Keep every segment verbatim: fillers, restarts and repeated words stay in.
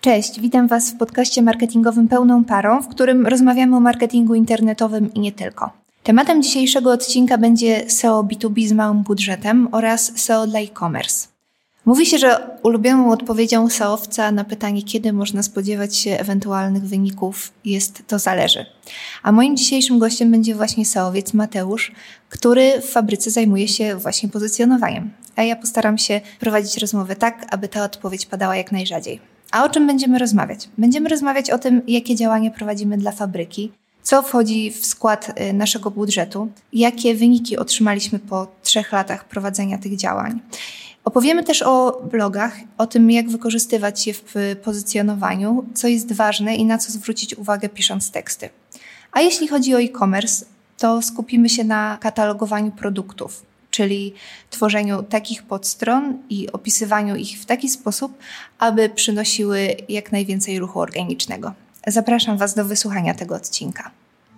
Cześć, witam Was w podcaście marketingowym Pełną Parą, w którym rozmawiamy o marketingu internetowym i nie tylko. Tematem dzisiejszego odcinka będzie S E O B dwa B z małym budżetem oraz S E O dla e-commerce. Mówi się, że ulubioną odpowiedzią S E O wca na pytanie, kiedy można spodziewać się ewentualnych wyników, jest to zależy. A moim dzisiejszym gościem będzie właśnie S E O wiec Mateusz, który w fabryce zajmuje się właśnie pozycjonowaniem. A ja postaram się prowadzić rozmowę tak, aby ta odpowiedź padała jak najrzadziej. A o czym będziemy rozmawiać? Będziemy rozmawiać o tym, jakie działania prowadzimy dla fabryki, co wchodzi w skład naszego budżetu, jakie wyniki otrzymaliśmy po trzech latach prowadzenia tych działań. Opowiemy też o blogach, o tym, jak wykorzystywać je w pozycjonowaniu, co jest ważne i na co zwrócić uwagę pisząc teksty. A jeśli chodzi o e-commerce, to skupimy się na katalogowaniu produktów, czyli tworzeniu takich podstron i opisywaniu ich w taki sposób, aby przynosiły jak najwięcej ruchu organicznego. Zapraszam Was do wysłuchania tego odcinka.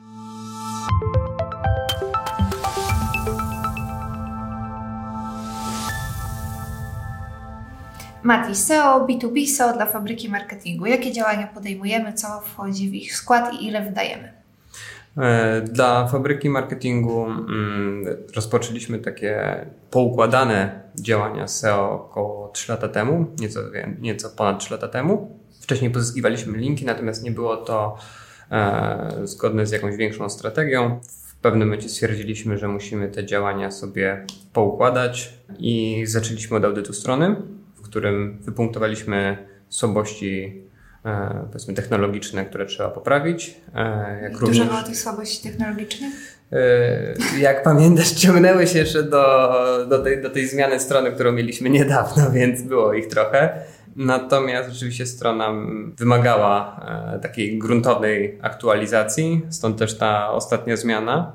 Mati, S E O, B dwa B, S E O dla fabryki marketingu. Jakie działania podejmujemy, co wchodzi w ich skład i ile wydajemy? Dla fabryki marketingu mm, rozpoczęliśmy takie poukładane działania S E O około trzy lata temu, nieco, nieco ponad trzy lata temu. Wcześniej pozyskiwaliśmy linki, natomiast nie było to e, zgodne z jakąś większą strategią. W pewnym momencie stwierdziliśmy, że musimy te działania sobie poukładać i zaczęliśmy od audytu strony, w którym wypunktowaliśmy słabości e, powiedzmy technologiczne, które trzeba poprawić. E, jak Dużo również, było tych słabości technologicznych? E, jak pamiętasz, ciągnęły się jeszcze do, do, tej, do tej zmiany strony, którą mieliśmy niedawno, więc było ich trochę. Natomiast rzeczywiście strona wymagała e, takiej gruntownej aktualizacji, stąd też ta ostatnia zmiana.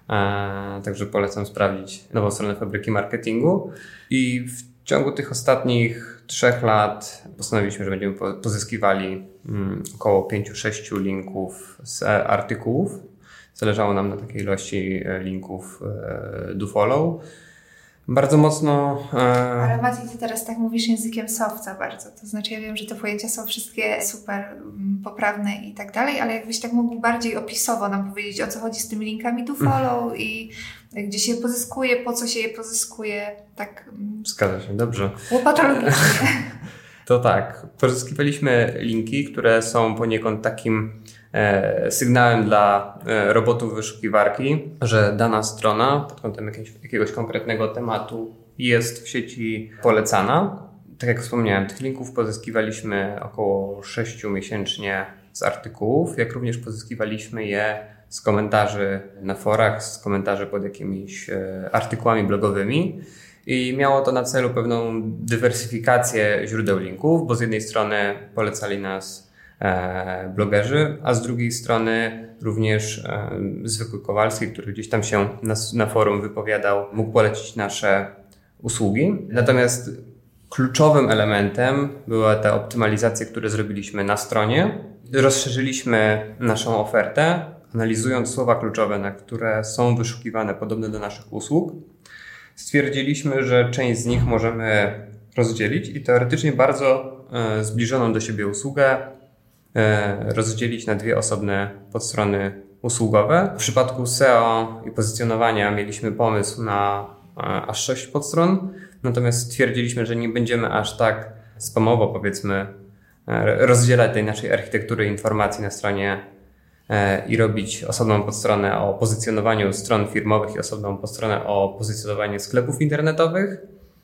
E, także polecam sprawdzić nową stronę fabryki marketingu. I w W ciągu tych ostatnich trzech lat postanowiliśmy, że będziemy pozyskiwali um, około pięć sześć linków z artykułów. Zależało nam na takiej ilości linków e, do follow. Bardzo mocno... E... Ale Maciej, ty teraz tak mówisz językiem sowca bardzo. To znaczy ja wiem, że te pojęcia są wszystkie super poprawne i tak dalej, ale jakbyś tak mógł bardziej opisowo nam powiedzieć, o co chodzi z tymi linkami do follow i gdzie się je pozyskuje, po co się je pozyskuje, tak... Zgadza się, dobrze. Łopatologicznie. To tak, pozyskiwaliśmy linki, które są poniekąd takim e, sygnałem dla e, robotów wyszukiwarki, że dana strona pod kątem jakiegoś, jakiegoś konkretnego tematu jest w sieci polecana. Tak jak wspomniałem, tych linków pozyskiwaliśmy około sześciu miesięcznie z artykułów, jak również pozyskiwaliśmy je z komentarzy na forach, z komentarzy pod jakimiś e, artykułami blogowymi. I miało to na celu pewną dywersyfikację źródeł linków, bo z jednej strony polecali nas e, blogerzy, a z drugiej strony również e, zwykły Kowalski, który gdzieś tam się na, na forum wypowiadał, mógł polecić nasze usługi. Natomiast kluczowym elementem była ta optymalizacja, które zrobiliśmy na stronie. Rozszerzyliśmy naszą ofertę, analizując słowa kluczowe, na które są wyszukiwane podobne do naszych usług. Stwierdziliśmy, że część z nich możemy rozdzielić i teoretycznie bardzo e, zbliżoną do siebie usługę e, rozdzielić na dwie osobne podstrony usługowe. W przypadku S E O i pozycjonowania mieliśmy pomysł na e, aż sześć podstron, natomiast stwierdziliśmy, że nie będziemy aż tak spamowo, powiedzmy, e, rozdzielać tej naszej architektury informacji na stronie i robić osobną podstronę o pozycjonowaniu stron firmowych i osobną podstronę o pozycjonowaniu sklepów internetowych.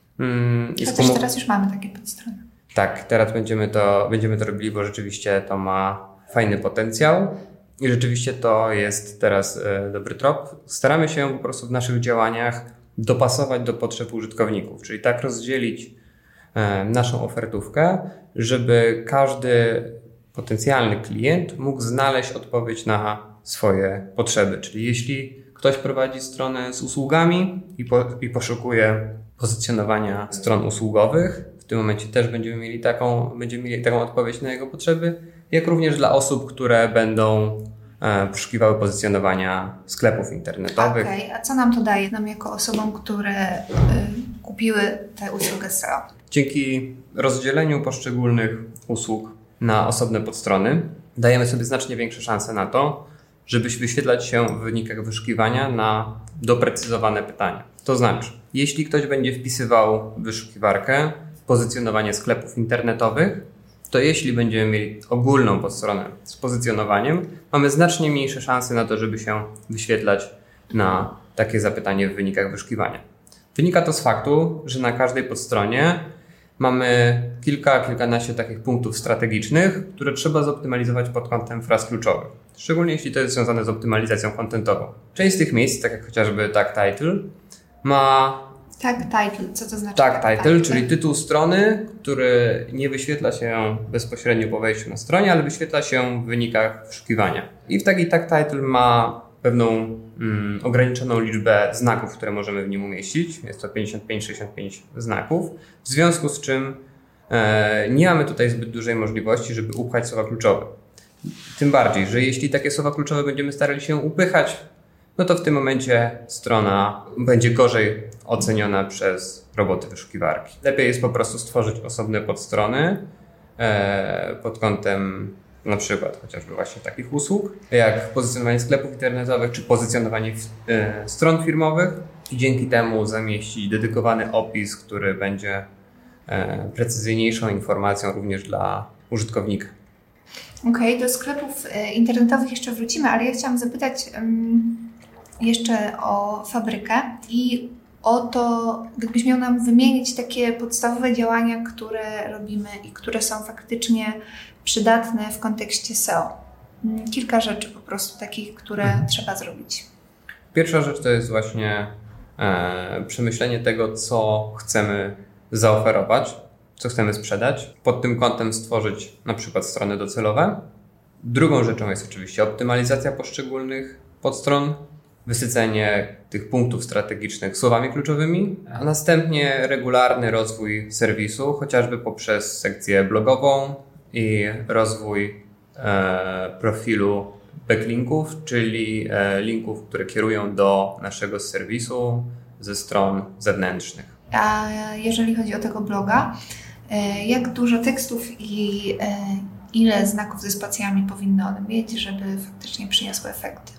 I Chociaż spom- teraz już mamy takie podstrony. Tak, teraz będziemy to, będziemy to robili, bo rzeczywiście to ma fajny potencjał i rzeczywiście to jest teraz e, dobry trop. Staramy się po prostu w naszych działaniach dopasować do potrzeb użytkowników, czyli tak rozdzielić e, naszą ofertówkę, żeby każdy potencjalny klient mógł znaleźć odpowiedź na swoje potrzeby. Czyli jeśli ktoś prowadzi stronę z usługami i, po, i poszukuje pozycjonowania stron usługowych, w tym momencie też będziemy mieli taką, będziemy mieli taką odpowiedź na jego potrzeby, jak również dla osób, które będą e, poszukiwały pozycjonowania sklepów internetowych. Okej, okay. A co nam to daje nam jako osobom, które y, kupiły tę usługę S E O? Dzięki rozdzieleniu poszczególnych usług na osobne podstrony, dajemy sobie znacznie większe szanse na to, żeby wyświetlać się w wynikach wyszukiwania na doprecyzowane pytania. To znaczy, jeśli ktoś będzie wpisywał w wyszukiwarkę pozycjonowanie sklepów internetowych, to jeśli będziemy mieli ogólną podstronę z pozycjonowaniem, mamy znacznie mniejsze szanse na to, żeby się wyświetlać na takie zapytanie w wynikach wyszukiwania. Wynika to z faktu, że na każdej podstronie mamy kilka, kilkanaście takich punktów strategicznych, które trzeba zoptymalizować pod kątem fraz kluczowych. Szczególnie jeśli to jest związane z optymalizacją kontentową. Część z tych miejsc, tak jak chociażby tag title, ma... Tag title, co to znaczy? Tag title, title, czyli tytuł strony, który nie wyświetla się bezpośrednio po wejściu na stronie, ale wyświetla się w wynikach wyszukiwania. I w taki tag title ma pewną mm, ograniczoną liczbę znaków, które możemy w nim umieścić. Jest to pięćdziesiąt pięć sześćdziesiąt pięć znaków, w związku z czym e, nie mamy tutaj zbyt dużej możliwości, żeby upchać słowa kluczowe. Tym bardziej, że jeśli takie słowa kluczowe będziemy starali się upychać, no to w tym momencie strona będzie gorzej oceniona przez roboty wyszukiwarki. Lepiej jest po prostu stworzyć osobne podstrony e, pod kątem na przykład chociażby właśnie takich usług, jak pozycjonowanie sklepów internetowych, czy pozycjonowanie e, stron firmowych i dzięki temu zamieścić dedykowany opis, który będzie e, precyzyjniejszą informacją również dla użytkownika. Okej, okay, do sklepów internetowych jeszcze wrócimy, ale ja chciałam zapytać um, jeszcze o fabrykę i o to, gdybyś miał nam wymienić takie podstawowe działania, które robimy i które są faktycznie przydatne w kontekście S E O. Kilka rzeczy po prostu takich, które mhm. trzeba zrobić. Pierwsza rzecz to jest właśnie e, przemyślenie tego, co chcemy zaoferować, co chcemy sprzedać. Pod tym kątem stworzyć na przykład strony docelowe. Drugą rzeczą jest oczywiście optymalizacja poszczególnych podstron, wysycenie tych punktów strategicznych słowami kluczowymi, a następnie regularny rozwój serwisu, chociażby poprzez sekcję blogową i rozwój e, profilu backlinków, czyli e, linków, które kierują do naszego serwisu ze stron zewnętrznych. A jeżeli chodzi o tego bloga, jak dużo tekstów i ile znaków ze spacjami powinny one mieć, żeby faktycznie przyniosły efekty?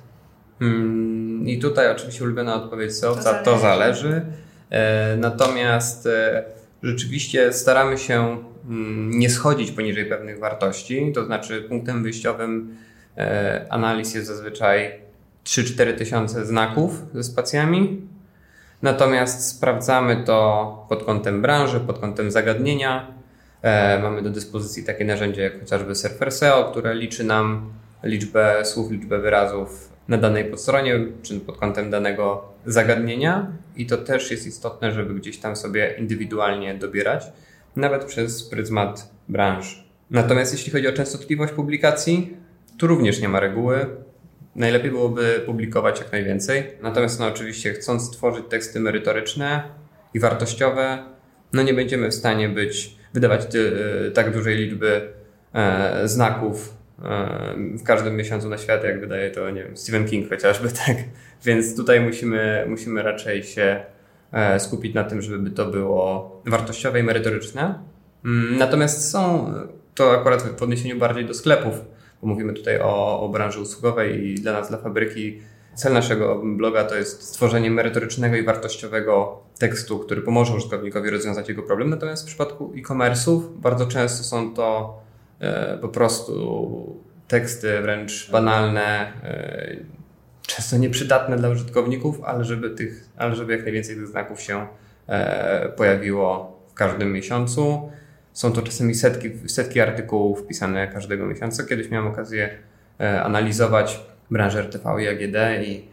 Hmm, I tutaj oczywiście ulubiona odpowiedź S E O, to zależy. To zależy. E, natomiast e, rzeczywiście staramy się mm, nie schodzić poniżej pewnych wartości, to znaczy punktem wyjściowym e, analiz jest zazwyczaj trzy cztery tysiące znaków ze spacjami. Natomiast sprawdzamy to pod kątem branży, pod kątem zagadnienia. E, mamy do dyspozycji takie narzędzie jak chociażby Surfer S E O, które liczy nam liczbę słów, liczbę wyrazów na danej podstronie, czy pod kątem danego zagadnienia. I to też jest istotne, żeby gdzieś tam sobie indywidualnie dobierać, nawet przez pryzmat branży. Natomiast jeśli chodzi o częstotliwość publikacji, tu również nie ma reguły. Najlepiej byłoby publikować jak najwięcej. Natomiast no oczywiście chcąc stworzyć teksty merytoryczne i wartościowe, no nie będziemy w stanie być, wydawać ty, tak dużej liczby e, znaków e, w każdym miesiącu na świat, jak wydaje to, nie wiem, Stephen King chociażby, tak. Więc tutaj musimy, musimy raczej się e, skupić na tym, żeby to było wartościowe i merytoryczne. Natomiast są, to akurat w odniesieniu bardziej do sklepów, bo mówimy tutaj o, o branży usługowej i dla nas, dla fabryki, cel naszego bloga to jest stworzenie merytorycznego i wartościowego tekstu, który pomoże użytkownikowi rozwiązać jego problem. Natomiast w przypadku e-commerce'ów bardzo często są to e, po prostu teksty wręcz banalne, e, często nieprzydatne dla użytkowników, ale żeby, tych, ale żeby jak najwięcej tych znaków się e, pojawiło w każdym miesiącu. Są to czasami setki, setki artykułów wpisane każdego miesiąca. Kiedyś miałem okazję e, analizować branżę R T V i A G D i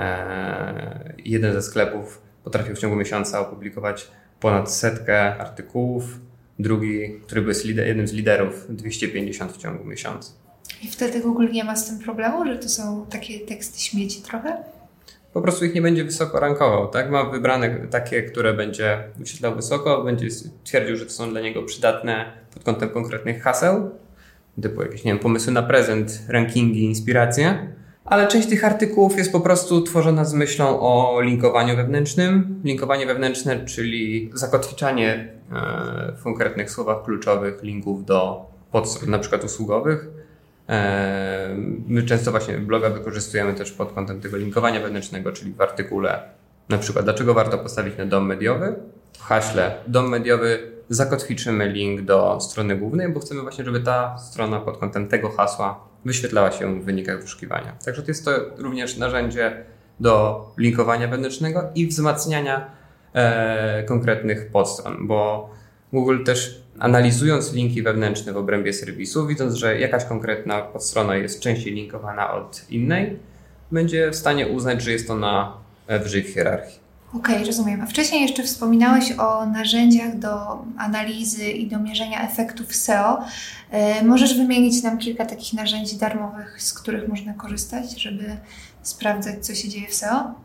e, jeden ze sklepów potrafił w ciągu miesiąca opublikować ponad setkę artykułów, drugi, który był lider, jednym z liderów, dwieście pięćdziesiąt w ciągu miesiąca. I wtedy Google nie ma z tym problemu, że to są takie teksty śmieci trochę? Po prostu ich nie będzie wysoko rankował, tak? Ma wybrane takie, które będzie wyświetlał wysoko, będzie twierdził, że to są dla niego przydatne pod kątem konkretnych haseł, typu jakieś, nie wiem, pomysły na prezent, rankingi, inspiracje, ale część tych artykułów jest po prostu tworzona z myślą o linkowaniu wewnętrznym. Linkowanie wewnętrzne, czyli zakotwiczanie e, w konkretnych słowach kluczowych linków do podstron, na przykład usługowych. My często właśnie bloga wykorzystujemy też pod kątem tego linkowania wewnętrznego, czyli w artykule na przykład dlaczego warto postawić na dom mediowy. W haśle dom mediowy zakotwiczymy link do strony głównej, bo chcemy właśnie, żeby ta strona pod kątem tego hasła wyświetlała się w wynikach wyszukiwania. Także to jest to również narzędzie do linkowania wewnętrznego i wzmacniania e, konkretnych podstron, bo Google też analizując linki wewnętrzne w obrębie serwisu, widząc, że jakaś konkretna podstrona jest częściej linkowana od innej, będzie w stanie uznać, że jest ona wyżej w hierarchii. Okej, okay, rozumiem. A wcześniej jeszcze wspominałeś o narzędziach do analizy i do mierzenia efektów S E O. Yy, możesz wymienić nam kilka takich narzędzi darmowych, z których można korzystać, żeby sprawdzać, co się dzieje w S E O?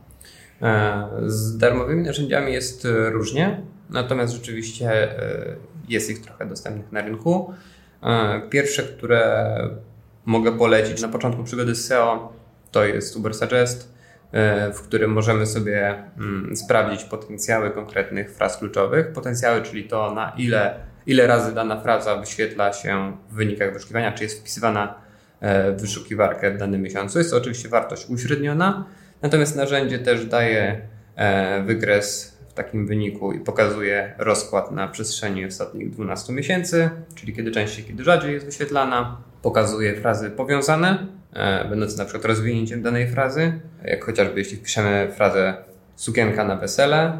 Z darmowymi narzędziami jest różnie, natomiast rzeczywiście jest ich trochę dostępnych na rynku. Pierwsze, które mogę polecić na początku przygody z S E O, to jest Ubersuggest, w którym możemy sobie sprawdzić potencjały konkretnych fraz kluczowych. Potencjały, czyli to na ile, ile razy dana fraza wyświetla się w wynikach wyszukiwania, czy jest wpisywana w wyszukiwarkę w danym miesiącu. Jest to oczywiście wartość uśredniona, natomiast narzędzie też daje wykres w takim wyniku i pokazuje rozkład na przestrzeni ostatnich dwunastu miesięcy, czyli kiedy częściej, kiedy rzadziej jest wyświetlana. Pokazuje frazy powiązane, będące na przykład rozwinięciem danej frazy. Jak chociażby jeśli wpiszemy frazę sukienka na wesele,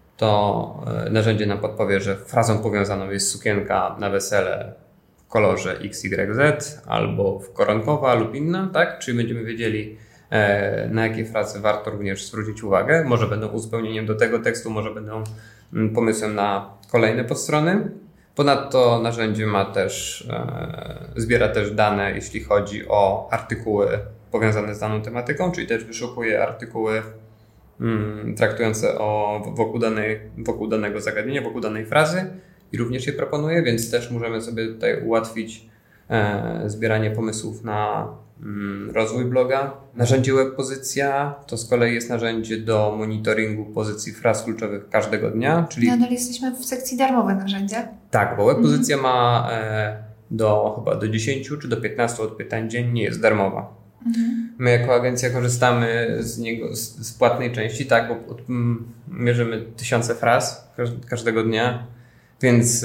to narzędzie nam podpowie, że frazą powiązaną jest sukienka na wesele w kolorze X Y Z albo w koronkowa lub inna, tak? Czyli będziemy wiedzieli, na jakie frazy warto również zwrócić uwagę. Może będą uzupełnieniem do tego tekstu, może będą pomysłem na kolejne podstrony. Ponadto narzędzie ma też, e, zbiera też dane, jeśli chodzi o artykuły powiązane z daną tematyką, czyli też wyszukuje artykuły mm, traktujące o wokół, danej, wokół danego zagadnienia, wokół danej frazy i również je proponuje, więc też możemy sobie tutaj ułatwić e, zbieranie pomysłów na mm, rozwój bloga. Narzędzie Webpozycja to z kolei jest narzędzie do monitoringu pozycji fraz kluczowych każdego dnia. Czyli nadal jesteśmy w sekcji darmowe narzędzia. Tak, bo Webpozycja mhm. ma e, do chyba do dziesięciu czy do piętnastu odpytań dziennie, jest darmowa. Mhm. My jako agencja korzystamy z niego, z, z płatnej części, tak, bo od, m, mierzymy tysiące fraz każdego dnia. Więc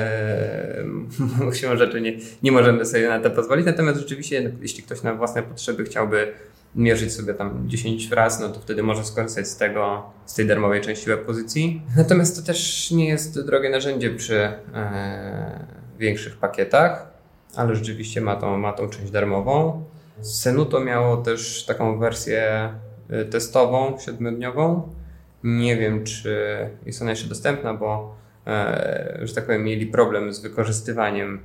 e, siłą rzeczy nie, nie możemy sobie na to pozwolić. Natomiast rzeczywiście, jeśli ktoś na własne potrzeby chciałby mierzyć sobie tam dziesięć fraz, no to wtedy może skorzystać z tego, z tej darmowej części Webpozycji. Natomiast to też nie jest drogie narzędzie przy e, większych pakietach, ale rzeczywiście ma tą, ma tą część darmową. Senuto miało też taką wersję testową, siedmiodniową. Nie wiem, czy jest ona jeszcze dostępna, bo że tak powiem, mieli problem z wykorzystywaniem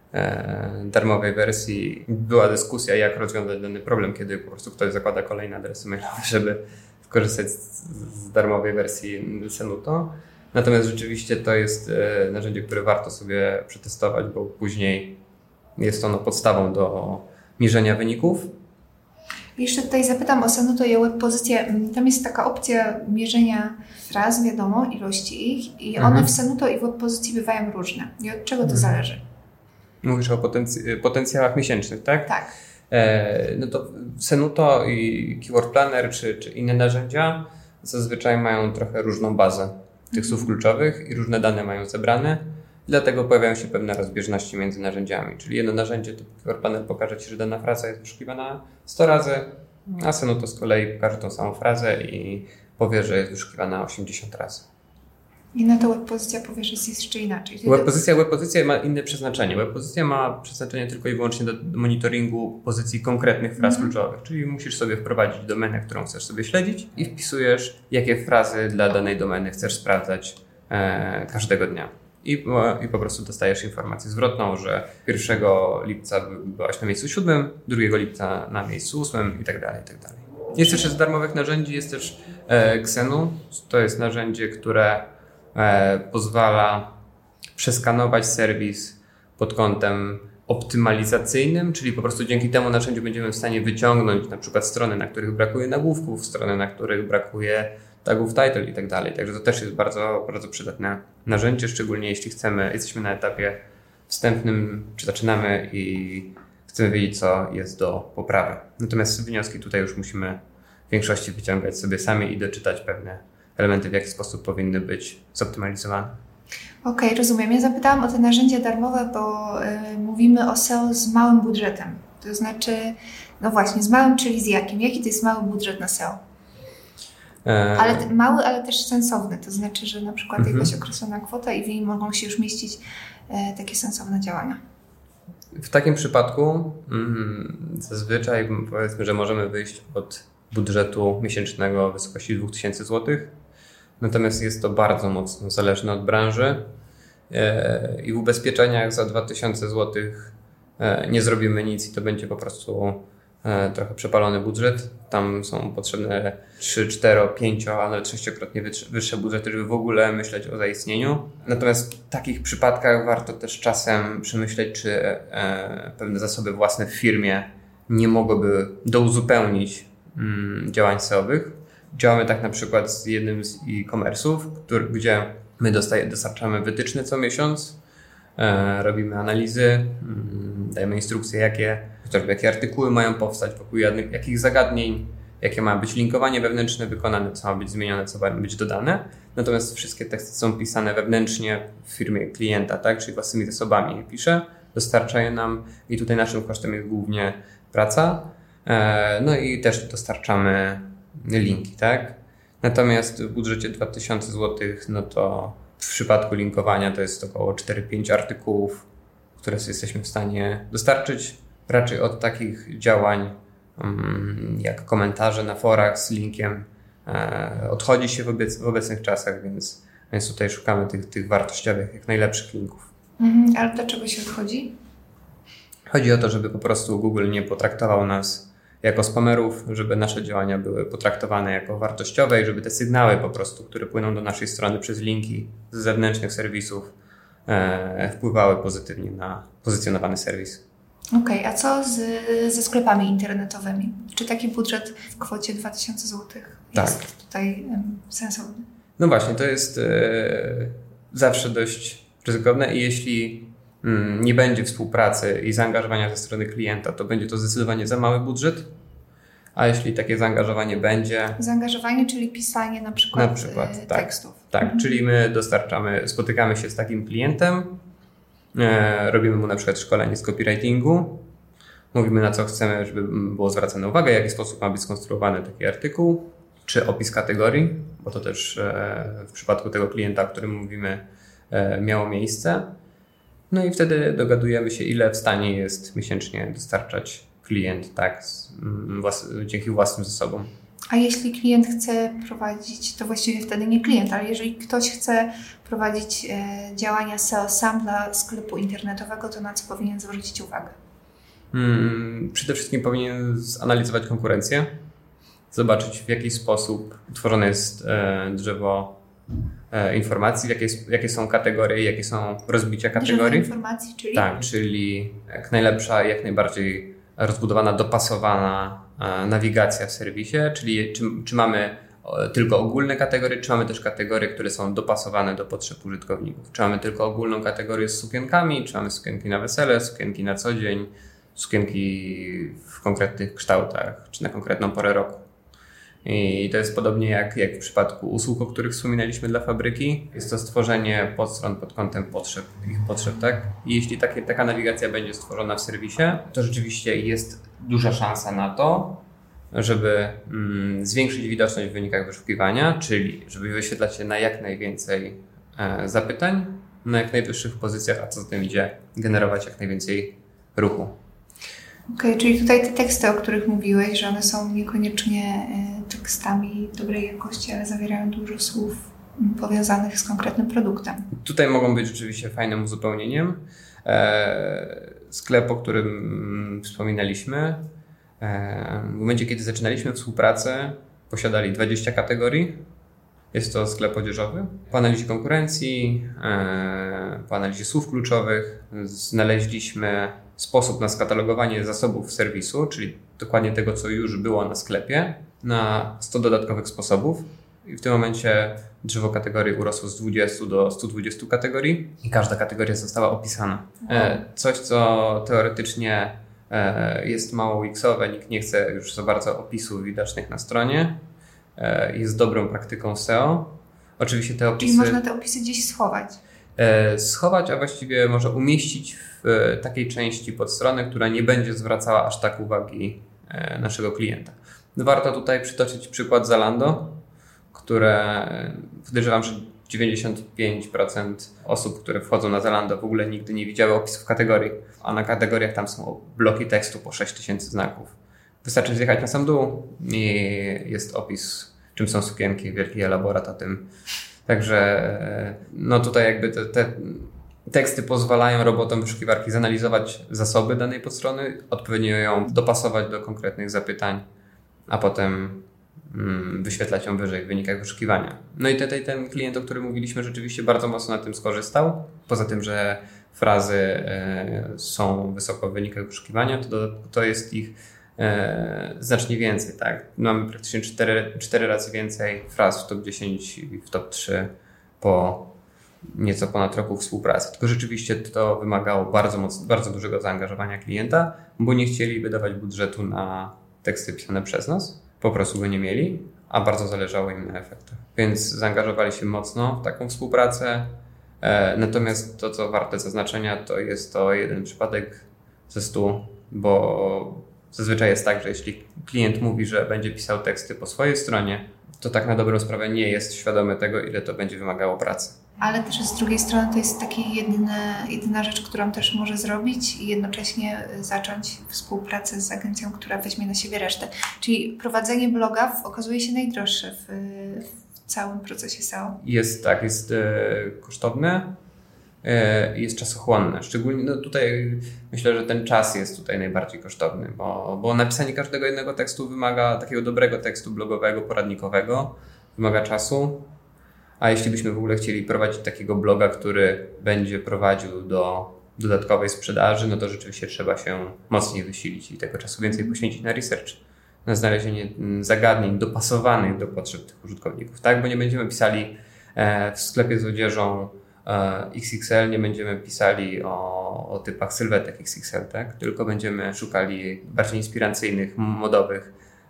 darmowej wersji. Była dyskusja, jak rozwiązać dany problem, kiedy po prostu ktoś zakłada kolejne adresy mailowe, żeby skorzystać z, z darmowej wersji Senuto. Natomiast rzeczywiście to jest narzędzie, które warto sobie przetestować, bo później jest ono podstawą do mierzenia wyników. Jeszcze tutaj zapytam o Senuto i o Webpozycję. Tam jest taka opcja mierzenia fraz, wiadomo, ilości ich i one mhm. w Senuto i w Webpozycji bywają różne. I od czego to mhm. zależy? Mówisz o potenc- potencjałach miesięcznych, tak? Tak. E, no to Senuto i Keyword Planner czy, czy inne narzędzia zazwyczaj mają trochę różną bazę tych mhm. słów kluczowych i różne dane mają zebrane. Dlatego pojawiają się pewne rozbieżności między narzędziami. Czyli jedno narzędzie typu Keyword Planner pokaże Ci, że dana fraza jest wyszukiwana sto razy, a Senuto z kolei pokaże tą samą frazę i powie, że jest wyszukiwana osiemdziesiąt razy. I na to Webpozycja powie, że jest jeszcze inaczej. Webpozycja, Webpozycja ma inne przeznaczenie. Webpozycja ma przeznaczenie tylko i wyłącznie do monitoringu pozycji konkretnych fraz mm-hmm. kluczowych. Czyli musisz sobie wprowadzić domenę, którą chcesz sobie śledzić i wpisujesz, jakie frazy dla danej domeny chcesz sprawdzać e, każdego dnia. I, I po prostu dostajesz informację zwrotną, że pierwszego lipca byłaś na miejscu siódmym, drugiego lipca na miejscu ósmym i tak dalej, i tak dalej. Jest jeszcze z darmowych narzędzi, jest też e, Xenu. To jest narzędzie, które e, pozwala przeskanować serwis pod kątem optymalizacyjnym, czyli po prostu dzięki temu narzędziu będziemy w stanie wyciągnąć na przykład strony, na których brakuje nagłówków, strony, na których brakuje tagów title i tak dalej. Także to też jest bardzo, bardzo przydatne narzędzie, szczególnie jeśli chcemy, jesteśmy na etapie wstępnym, czy zaczynamy i chcemy wiedzieć, co jest do poprawy. Natomiast wnioski tutaj już musimy w większości wyciągać sobie sami i doczytać pewne elementy, w jaki sposób powinny być zoptymalizowane. Okej, okay, rozumiem. Ja zapytałam o te narzędzia darmowe, bo y, mówimy o S E O z małym budżetem. To znaczy, no właśnie, z małym, czyli z jakim? Jaki to jest mały budżet na S E O? E... Ale t- mały, ale też sensowny. To znaczy, że na przykład mhm. jakaś określona kwota i w niej mogą się już mieścić e, takie sensowne działania. W takim przypadku mm, zazwyczaj powiedzmy, że możemy wyjść od budżetu miesięcznego w wysokości dwa tysiące złotych. Natomiast jest to bardzo mocno zależne od branży e, i w ubezpieczeniach za dwa tysiące złotych e, nie zrobimy nic i to będzie po prostu e, trochę przepalony budżet. Tam są potrzebne trzy, cztery, pięć, a nawet sześciokrotnie wyższe budżety, żeby w ogóle myśleć o zaistnieniu. Natomiast w takich przypadkach warto też czasem przemyśleć, czy e, pewne zasoby własne w firmie nie mogłyby douzupełnić mm, działań S E O-owych. Działamy tak na przykład z jednym z e-commerce'ów, który, gdzie my dostaje, dostarczamy wytyczne co miesiąc, e, robimy analizy, mm, dajemy instrukcje, jakie, chociażby jakie artykuły mają powstać, wokół jakich zagadnień, jakie ma być linkowanie wewnętrzne wykonane, co ma być zmienione, co ma być dodane. Natomiast wszystkie teksty są pisane wewnętrznie w firmie klienta, tak, czyli własnymi zasobami je pisze, dostarcza je nam i tutaj naszym kosztem jest głównie praca. E, no i też dostarczamy linki, tak? Natomiast w budżecie dwa tysiące złotych, no to w przypadku linkowania to jest około cztery pięć artykułów, które jesteśmy w stanie dostarczyć. Raczej od takich działań um, jak komentarze na forach z linkiem e, odchodzi się w, obec- w obecnych czasach, więc, więc tutaj szukamy tych, tych wartościowych, jak najlepszych linków. Mhm, ale dlaczego się odchodzi? Chodzi o to, żeby po prostu Google nie potraktował nas jako spamerów, żeby nasze działania były potraktowane jako wartościowe i żeby te sygnały po prostu, które płyną do naszej strony przez linki z zewnętrznych serwisów e, wpływały pozytywnie na pozycjonowany serwis. Okej, okay, a co z, ze sklepami internetowymi? Czy taki budżet w kwocie dwa tysiące złotych jest tak. tutaj um, sensowny? No właśnie, to jest e, zawsze dość ryzykowne i jeśli nie będzie współpracy i zaangażowania ze strony klienta, to będzie to zdecydowanie za mały budżet, a jeśli takie zaangażowanie będzie... Zaangażowanie, czyli pisanie na przykład, na przykład tekstów. Tak, tak mhm. czyli my dostarczamy, spotykamy się z takim klientem, e, robimy mu na przykład szkolenie z copywritingu, mówimy na co chcemy, żeby było zwracane uwagę, w jaki sposób ma być skonstruowany taki artykuł, czy opis kategorii, bo to też e, w przypadku tego klienta, o którym mówimy, e, miało miejsce. No i wtedy dogadujemy się, ile w stanie jest miesięcznie dostarczać klient, tak, z, włas, dzięki własnym zasobom. A jeśli klient chce prowadzić, to właściwie wtedy nie klient, ale jeżeli ktoś chce prowadzić e, działania S E O sam dla sklepu internetowego, to na co powinien zwrócić uwagę? Hmm, przede wszystkim powinien zanalizować konkurencję, zobaczyć w jaki sposób tworzone jest e, drzewo informacji, jakie, jakie są kategorie, jakie są rozbicia kategorii. Informacji, czyli? Tak, czyli jak najlepsza, jak najbardziej rozbudowana, dopasowana nawigacja w serwisie, czyli czy, czy mamy tylko ogólne kategorie, czy mamy też kategorie, które są dopasowane do potrzeb użytkowników. Czy mamy tylko ogólną kategorię z sukienkami, czy mamy sukienki na wesele, sukienki na co dzień, sukienki w konkretnych kształtach, czy na konkretną porę roku. I to jest podobnie jak, jak w przypadku usług, o których wspominaliśmy dla fabryki. Jest to stworzenie podstron pod kątem potrzeb, ich potrzeb, tak? I jeśli takie, taka nawigacja będzie stworzona w serwisie, to rzeczywiście jest duża szansa na to, żeby mm, zwiększyć widoczność w wynikach wyszukiwania, czyli żeby wyświetlać się na jak najwięcej e, zapytań, na jak najwyższych pozycjach, a co za tym idzie, generować jak najwięcej ruchu. Okej, okay, czyli tutaj te teksty, o których mówiłeś, że one są niekoniecznie tekstami dobrej jakości, ale zawierają dużo słów powiązanych z konkretnym produktem. Tutaj mogą być rzeczywiście fajnym uzupełnieniem. Sklep, o którym wspominaliśmy, w momencie, kiedy zaczynaliśmy współpracę, posiadali dwadzieścia kategorii. Jest to sklep odzieżowy. Po analizie konkurencji, po analizie słów kluczowych znaleźliśmy sposób na skatalogowanie zasobów serwisu, czyli dokładnie tego, co już było na sklepie, na sto dodatkowych sposobów. i w tym momencie drzewo kategorii urosło z dwudziestu do stu dwudziestu kategorii i każda kategoria została opisana. Wow. Coś, co teoretycznie jest mało U X-owe, nikt nie chce już za bardzo opisów widocznych na stronie, jest dobrą praktyką S E O. Oczywiście te opisy... Czyli można te opisy gdzieś schować? Schować, a właściwie może umieścić w takiej części podstrony, która nie będzie zwracała aż tak uwagi naszego klienta. Warto tutaj przytoczyć przykład Zalando, które podejrzewam, że dziewięćdziesiąt pięć procent osób, które wchodzą na Zalando w ogóle nigdy nie widziały opisów kategorii, a na kategoriach tam są bloki tekstu po sześć tysięcy znaków. Wystarczy zjechać na sam dół i jest opis, czym są sukienki, wielki elaborat o tym. Także no tutaj jakby te, te teksty pozwalają robotom wyszukiwarki zanalizować zasoby danej podstrony, odpowiednio ją dopasować do konkretnych zapytań, a potem mm, wyświetlać ją wyżej w wynikach wyszukiwania. No i tutaj ten klient, o którym mówiliśmy, rzeczywiście bardzo mocno na tym skorzystał. Poza tym, że frazy e, są wysoko w wynikach wyszukiwania, to, to jest ich e, znacznie więcej. Tak? Mamy praktycznie cztery razy więcej fraz w top dziesięć i w top trzy po nieco ponad roku współpracy. Tylko rzeczywiście to wymagało bardzo, mocno, bardzo dużego zaangażowania klienta, bo nie chcieli wydawać budżetu na teksty pisane przez nas. Po prostu go nie mieli, a bardzo zależało im na efektach. Więc zaangażowali się mocno w taką współpracę. E, natomiast to, co warte zaznaczenia, to jest to jeden przypadek ze stu, bo zazwyczaj jest tak, że jeśli klient mówi, że będzie pisał teksty po swojej stronie, to tak na dobrą sprawę nie jest świadomy tego, ile to będzie wymagało pracy. Ale też z drugiej strony to jest taka jedyna rzecz, którą też może zrobić i jednocześnie zacząć współpracę z agencją, która weźmie na siebie resztę. Czyli prowadzenie bloga okazuje się najdroższe w, w całym procesie S E O. Jest tak, jest e, kosztowne, e, jest czasochłonne. Szczególnie no tutaj myślę, że ten czas jest tutaj najbardziej kosztowny, bo, bo napisanie każdego jednego tekstu wymaga takiego dobrego tekstu blogowego, poradnikowego, wymaga czasu. A jeśli byśmy w ogóle chcieli prowadzić takiego bloga, który będzie prowadził do dodatkowej sprzedaży, no to rzeczywiście trzeba się mocniej wysilić i tego czasu więcej poświęcić na research, na znalezienie zagadnień dopasowanych do potrzeb tych użytkowników, tak? Bo nie będziemy pisali w sklepie z odzieżą X X L, nie będziemy pisali o, o typach sylwetek X X L, tak? Tylko będziemy szukali bardziej inspiracyjnych, modowych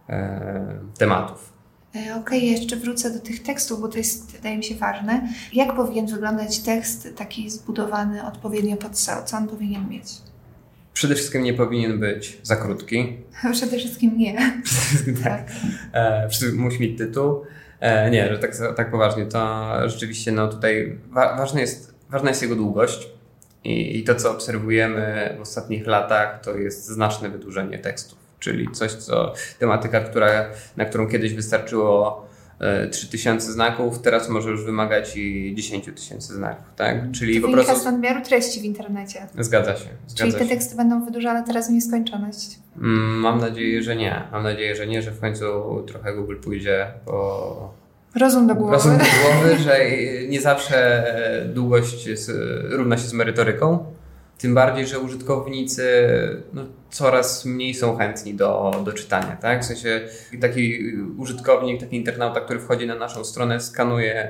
e, tematów. Okej, okay, jeszcze wrócę do tych tekstów, bo to jest, wydaje mi się, ważne. Jak powinien wyglądać tekst taki zbudowany odpowiednio pod S E O? Co on powinien mieć? Przede wszystkim nie powinien być za krótki. Przede wszystkim nie. Przede wszystkim tak. tak. E, musi mieć tytuł. E, nie, że tak, tak poważnie, to rzeczywiście no tutaj wa- ważne jest, ważna jest jego długość i, i to, co obserwujemy w ostatnich latach, to jest znaczne wydłużenie tekstów. Czyli coś, co tematyka, która, na którą kiedyś wystarczyło e, trzy tysiące znaków, teraz może już wymagać i dziesięć tysięcy znaków, tak? Czyli to po prostu z nadmiaru treści w internecie. Zgadza się. Zgadza Czyli te się. teksty będą wydłużane teraz w nieskończoność. Mm, mam nadzieję, że nie. Mam nadzieję, że nie, że w końcu trochę Google pójdzie po... Rozum do głowy. Rozum do głowy, że nie zawsze długość jest, równa się z merytoryką. Tym bardziej, że użytkownicy no, coraz mniej są chętni do, do czytania. Tak? W sensie taki użytkownik, taki internauta, który wchodzi na naszą stronę, skanuje,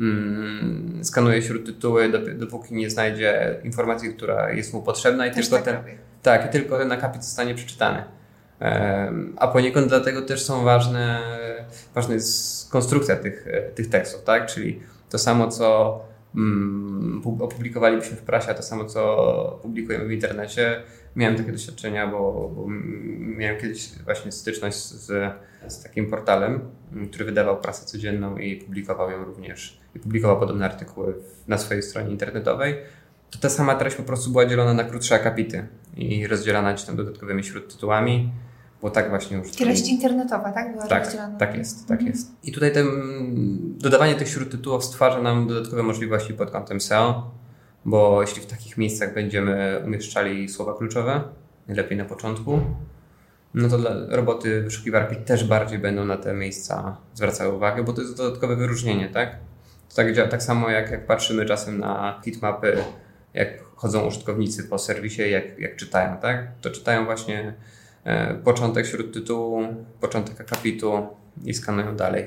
mm, skanuje śródtytuły, dopóki nie znajdzie informacji, która jest mu potrzebna i też tylko, tak ten, tak, i tylko ten akapit zostanie przeczytany. Um, a poniekąd dlatego też są ważne, ważna jest konstrukcja tych, tych tekstów, tak? Czyli to samo, co opublikowalibyśmy w prasie, a to samo, co publikujemy w internecie. Miałem takie doświadczenia, bo, bo miałem kiedyś właśnie styczność z, z takim portalem, który wydawał prasę codzienną i publikował ją również, i publikował podobne artykuły na swojej stronie internetowej. To ta sama treść po prostu była dzielona na krótsze akapity i rozdzielana gdzieś tam dodatkowymi śródtytułami, bo tak właśnie już... Treść internetowa, tak? Była tak, rozdzielana. tak jest, tak mhm. jest. I tutaj ten, dodawanie tych śródtytułów stwarza nam dodatkowe możliwości pod kątem S E O, bo jeśli w takich miejscach będziemy umieszczali słowa kluczowe, najlepiej na początku, no to dla roboty wyszukiwarki też bardziej będą na te miejsca zwracały uwagę, bo to jest dodatkowe wyróżnienie, tak? To tak działa, tak samo jak, jak patrzymy czasem na heatmapy, jak chodzą użytkownicy po serwisie, jak, jak czytają, tak? To czytają właśnie początek śródtytułu, początek akapitu i skanują dalej.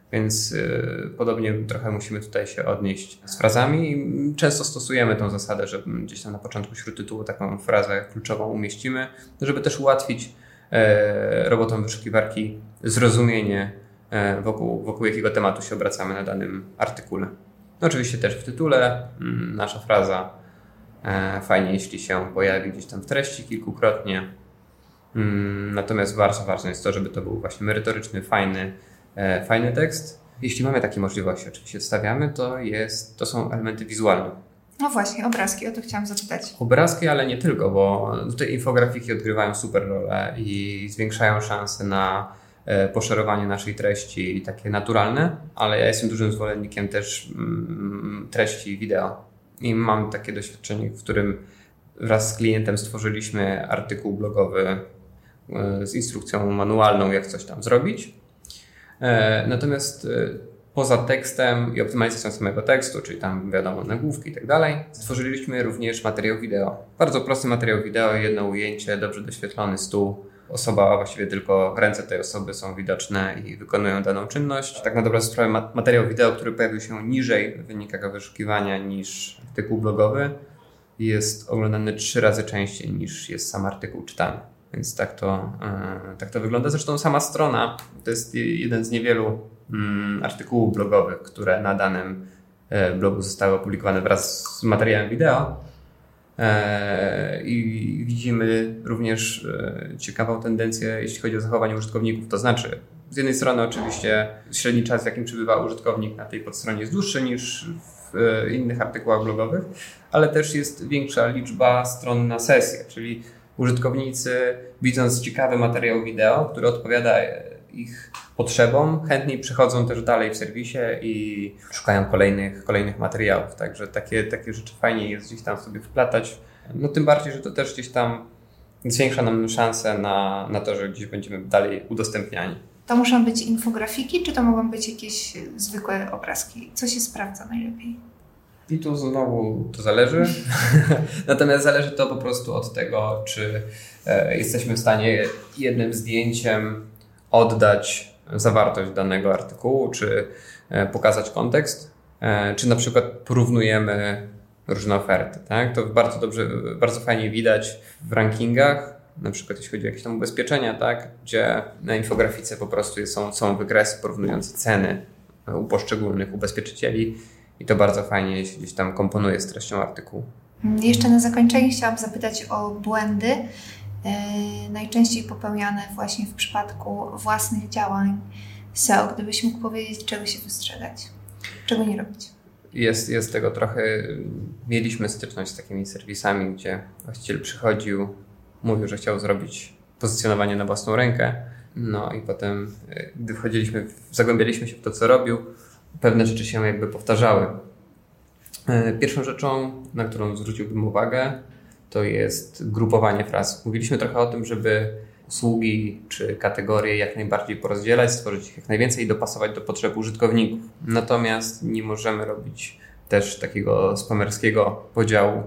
Więc yy, podobnie trochę musimy tutaj się odnieść z frazami. Często stosujemy tą zasadę, że gdzieś tam na początku śródtytułu taką frazę kluczową umieścimy, żeby też ułatwić yy, robotom wyszukiwarki zrozumienie, yy, wokół, wokół jakiego tematu się obracamy na danym artykule. No, oczywiście też w tytule yy, nasza fraza yy, fajnie, jeśli się pojawi gdzieś tam w treści kilkukrotnie. Yy, natomiast bardzo ważne jest to, żeby to był właśnie merytoryczny, fajny, Fajny tekst. Jeśli mamy takie możliwości, oczywiście stawiamy, to, jest, to są elementy wizualne. No właśnie, obrazki, o to chciałam zapytać. Obrazki, ale nie tylko, bo tutaj infografiki odgrywają super rolę i zwiększają szanse na poszerowanie naszej treści takie naturalne, ale ja jestem dużym zwolennikiem też mm, treści wideo. I mam takie doświadczenie, w którym wraz z klientem stworzyliśmy artykuł blogowy z instrukcją manualną, jak coś tam zrobić. Natomiast poza tekstem i optymalizacją samego tekstu, czyli tam wiadomo nagłówki i tak dalej, stworzyliśmy również materiał wideo. Bardzo prosty materiał wideo, jedno ujęcie, dobrze doświetlony stół. Osoba, a właściwie tylko ręce tej osoby są widoczne i wykonują daną czynność. Tak na dobrą sprawę materiał wideo, który pojawił się niżej w wynikach wyszukiwania niż artykuł blogowy, jest oglądany trzy razy częściej niż jest sam artykuł czytany. Więc tak to, yy, tak to wygląda. Zresztą sama strona to jest jeden z niewielu yy, artykułów blogowych, które na danym yy, blogu zostały opublikowane wraz z materiałem wideo. Yy, I widzimy również yy, ciekawą tendencję, jeśli chodzi o zachowanie użytkowników. To znaczy, z jednej strony oczywiście średni czas, w jakim przebywa użytkownik na tej podstronie jest dłuższy niż w yy, innych artykułach blogowych, ale też jest większa liczba stron na sesję, czyli użytkownicy, widząc ciekawy materiał wideo, który odpowiada ich potrzebom, chętniej przechodzą też dalej w serwisie i szukają kolejnych, kolejnych materiałów. Także takie, takie rzeczy fajnie jest gdzieś tam sobie wplatać. No tym bardziej, że to też gdzieś tam zwiększa nam szansę na, na to, że gdzieś będziemy dalej udostępniani. To muszą być infografiki, czy to mogą być jakieś zwykłe obrazki? Co się sprawdza najlepiej? I tu znowu to zależy. Natomiast zależy to po prostu od tego, czy e, jesteśmy w stanie jednym zdjęciem oddać zawartość danego artykułu, czy e, pokazać kontekst, e, czy na przykład porównujemy różne oferty. Tak? To bardzo dobrze, bardzo fajnie widać w rankingach, na przykład jeśli chodzi o jakieś tam ubezpieczenia, tak? Gdzie na infografice po prostu są, są wykresy porównujące ceny u poszczególnych ubezpieczycieli. I to bardzo fajnie się gdzieś tam komponuje z treścią artykułu. Jeszcze na zakończenie chciałam zapytać o błędy, yy, najczęściej popełniane właśnie w przypadku własnych działań S E O. Gdybyś mógł powiedzieć, czego się wystrzegać, czego nie robić. Jest, jest tego trochę. Mieliśmy styczność z takimi serwisami, gdzie właściciel przychodził, mówił, że chciał zrobić pozycjonowanie na własną rękę. No i potem, gdy wchodziliśmy, zagłębialiśmy się w to, co robił, pewne rzeczy się jakby powtarzały. Pierwszą rzeczą, na którą zwróciłbym uwagę, to jest grupowanie fraz. Mówiliśmy trochę o tym, żeby usługi czy kategorie jak najbardziej porozdzielać, stworzyć ich jak najwięcej i dopasować do potrzeb użytkowników. Natomiast nie możemy robić też takiego spamerskiego podziału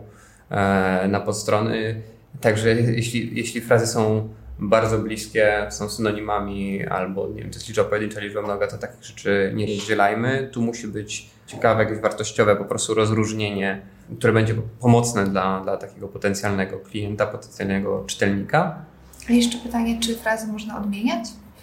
na podstrony. Także jeśli, jeśli frazy są bardzo bliskie, są synonimami albo nie wiem, to jest liczba pojedyncza, liczba mnoga, to takich rzeczy nie rozdzielajmy. Tu musi być ciekawe, jakieś wartościowe po prostu rozróżnienie, które będzie pomocne dla, dla takiego potencjalnego klienta, potencjalnego czytelnika. A jeszcze pytanie, czy frazy można odmieniać?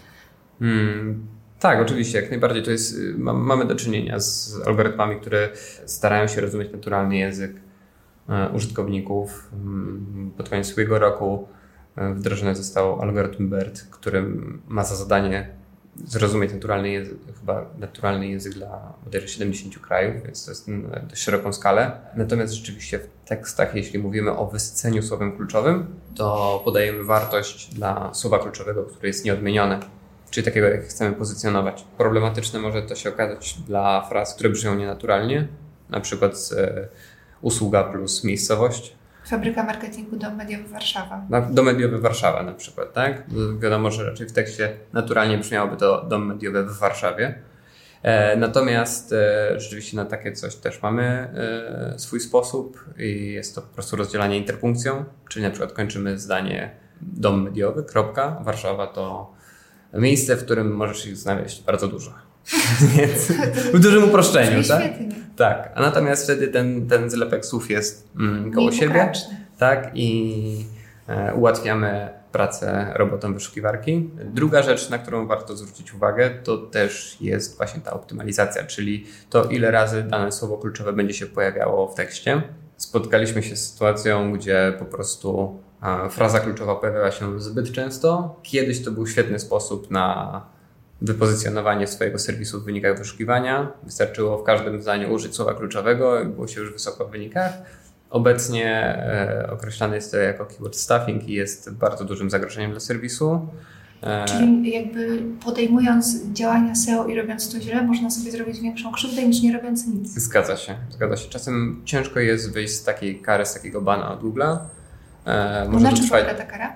Hmm, tak, oczywiście, jak najbardziej. To jest, mamy do czynienia z algorytmami, które starają się rozumieć naturalny język użytkowników. Pod koniec ubiegłego roku wdrożony został algorytm BERT, który ma za zadanie zrozumieć naturalny język, chyba naturalny język dla bodajże siedemdziesięciu krajów, więc to jest na dość szeroką skalę. Natomiast rzeczywiście w tekstach, jeśli mówimy o wysyceniu słowem kluczowym, to podajemy wartość dla słowa kluczowego, które jest nieodmienione, czyli takiego, jak chcemy pozycjonować. Problematyczne może to się okazać dla fraz, które brzmią nienaturalnie, na przykład e, usługa plus miejscowość. Fabryka marketingu Dom Mediowy Warszawa. Dom Mediowy Warszawa na przykład, tak? Wiadomo, że raczej w tekście naturalnie brzmiałoby to Dom Mediowy w Warszawie. E, natomiast e, rzeczywiście na takie coś też mamy e, swój sposób i jest to po prostu rozdzielanie interpunkcją, czyli na przykład kończymy zdanie Dom Mediowy, kropka, Warszawa to miejsce, w którym możesz ich znaleźć bardzo dużo. Więc w dużym uproszczeniu, tak? Świetnie. Tak, a natomiast wtedy ten, ten zlepek słów jest mm, koło siebie, tak, i e, ułatwiamy pracę robotom wyszukiwarki. Druga rzecz, na którą warto zwrócić uwagę, to też jest właśnie ta optymalizacja, czyli to, ile razy dane słowo kluczowe będzie się pojawiało w tekście. Spotkaliśmy się z sytuacją, gdzie po prostu e, fraza kluczowa pojawiała się zbyt często. Kiedyś to był świetny sposób na wypozycjonowanie swojego serwisu w wynikach wyszukiwania. Wystarczyło w każdym zdaniu użyć słowa kluczowego i było się już wysoko w wynikach. Obecnie e, określane jest to jako keyword stuffing i jest bardzo dużym zagrożeniem dla serwisu. E, Czyli jakby podejmując działania S E O i robiąc to źle, można sobie zrobić większą krzywdę niż nie robiąc nic. Zgadza się, zgadza się. Czasem ciężko jest wyjść z takiej kary, z takiego bana od Google'a. E, może na czym polega ta kara?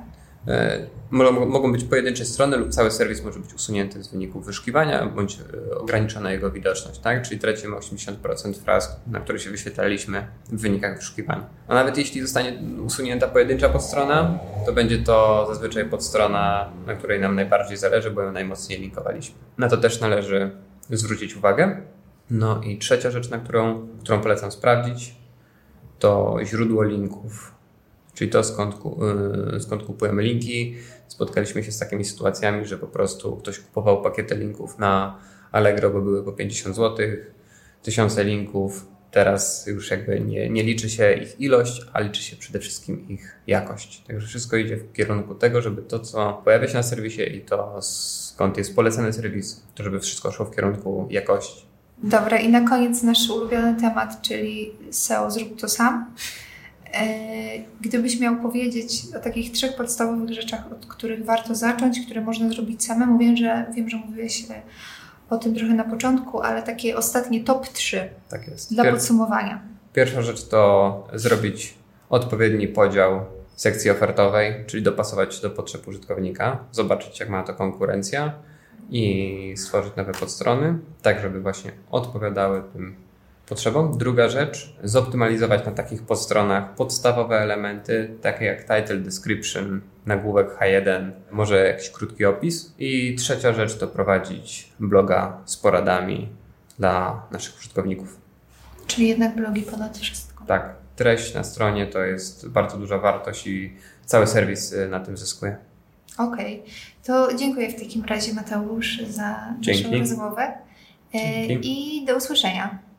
Mogą być pojedyncze strony lub cały serwis może być usunięty z wyników wyszukiwania bądź ograniczona jego widoczność, tak? Czyli tracimy osiemdziesiąt procent fraz, na które się wyświetlaliśmy w wynikach wyszukiwania. A nawet jeśli zostanie usunięta pojedyncza podstrona, to będzie to zazwyczaj podstrona, na której nam najbardziej zależy, bo ją najmocniej linkowaliśmy. Na to też należy zwrócić uwagę. No i trzecia rzecz, na którą, którą polecam sprawdzić, to źródło linków. Czyli to, skąd, skąd kupujemy linki. Spotkaliśmy się z takimi sytuacjami, że po prostu ktoś kupował pakiety linków na Allegro, bo były po pięćdziesiąt złotych, tysiące linków. Teraz już jakby nie, nie liczy się ich ilość, a liczy się przede wszystkim ich jakość. Także wszystko idzie w kierunku tego, żeby to, co pojawia się na serwisie i to, skąd jest polecany serwis, to żeby wszystko szło w kierunku jakości. Dobra, i na koniec nasz ulubiony temat, czyli S E O zrób to sam. Gdybyś miał powiedzieć o takich trzech podstawowych rzeczach, od których warto zacząć, które można zrobić samemu, wiem, że, wiem, że mówiłeś o tym trochę na początku, ale takie ostatnie top trzy tak jest. Dla Pier- podsumowania. Pierwsza rzecz to zrobić odpowiedni podział sekcji ofertowej, czyli dopasować się do potrzeb użytkownika, zobaczyć, jak ma to konkurencja i stworzyć nowe podstrony, tak żeby właśnie odpowiadały tym potrzebom. Druga rzecz, zoptymalizować na takich podstronach podstawowe elementy, takie jak title, description, nagłówek H jeden, może jakiś krótki opis. I trzecia rzecz to prowadzić bloga z poradami dla naszych użytkowników. Czyli jednak blogi ponad wszystko. Tak, treść na stronie to jest bardzo duża wartość i cały serwis na tym zyskuje. Okej, okay. To dziękuję w takim razie, Mateusz, za Dzięki. naszą rozmowę. Dzięki. I do usłyszenia.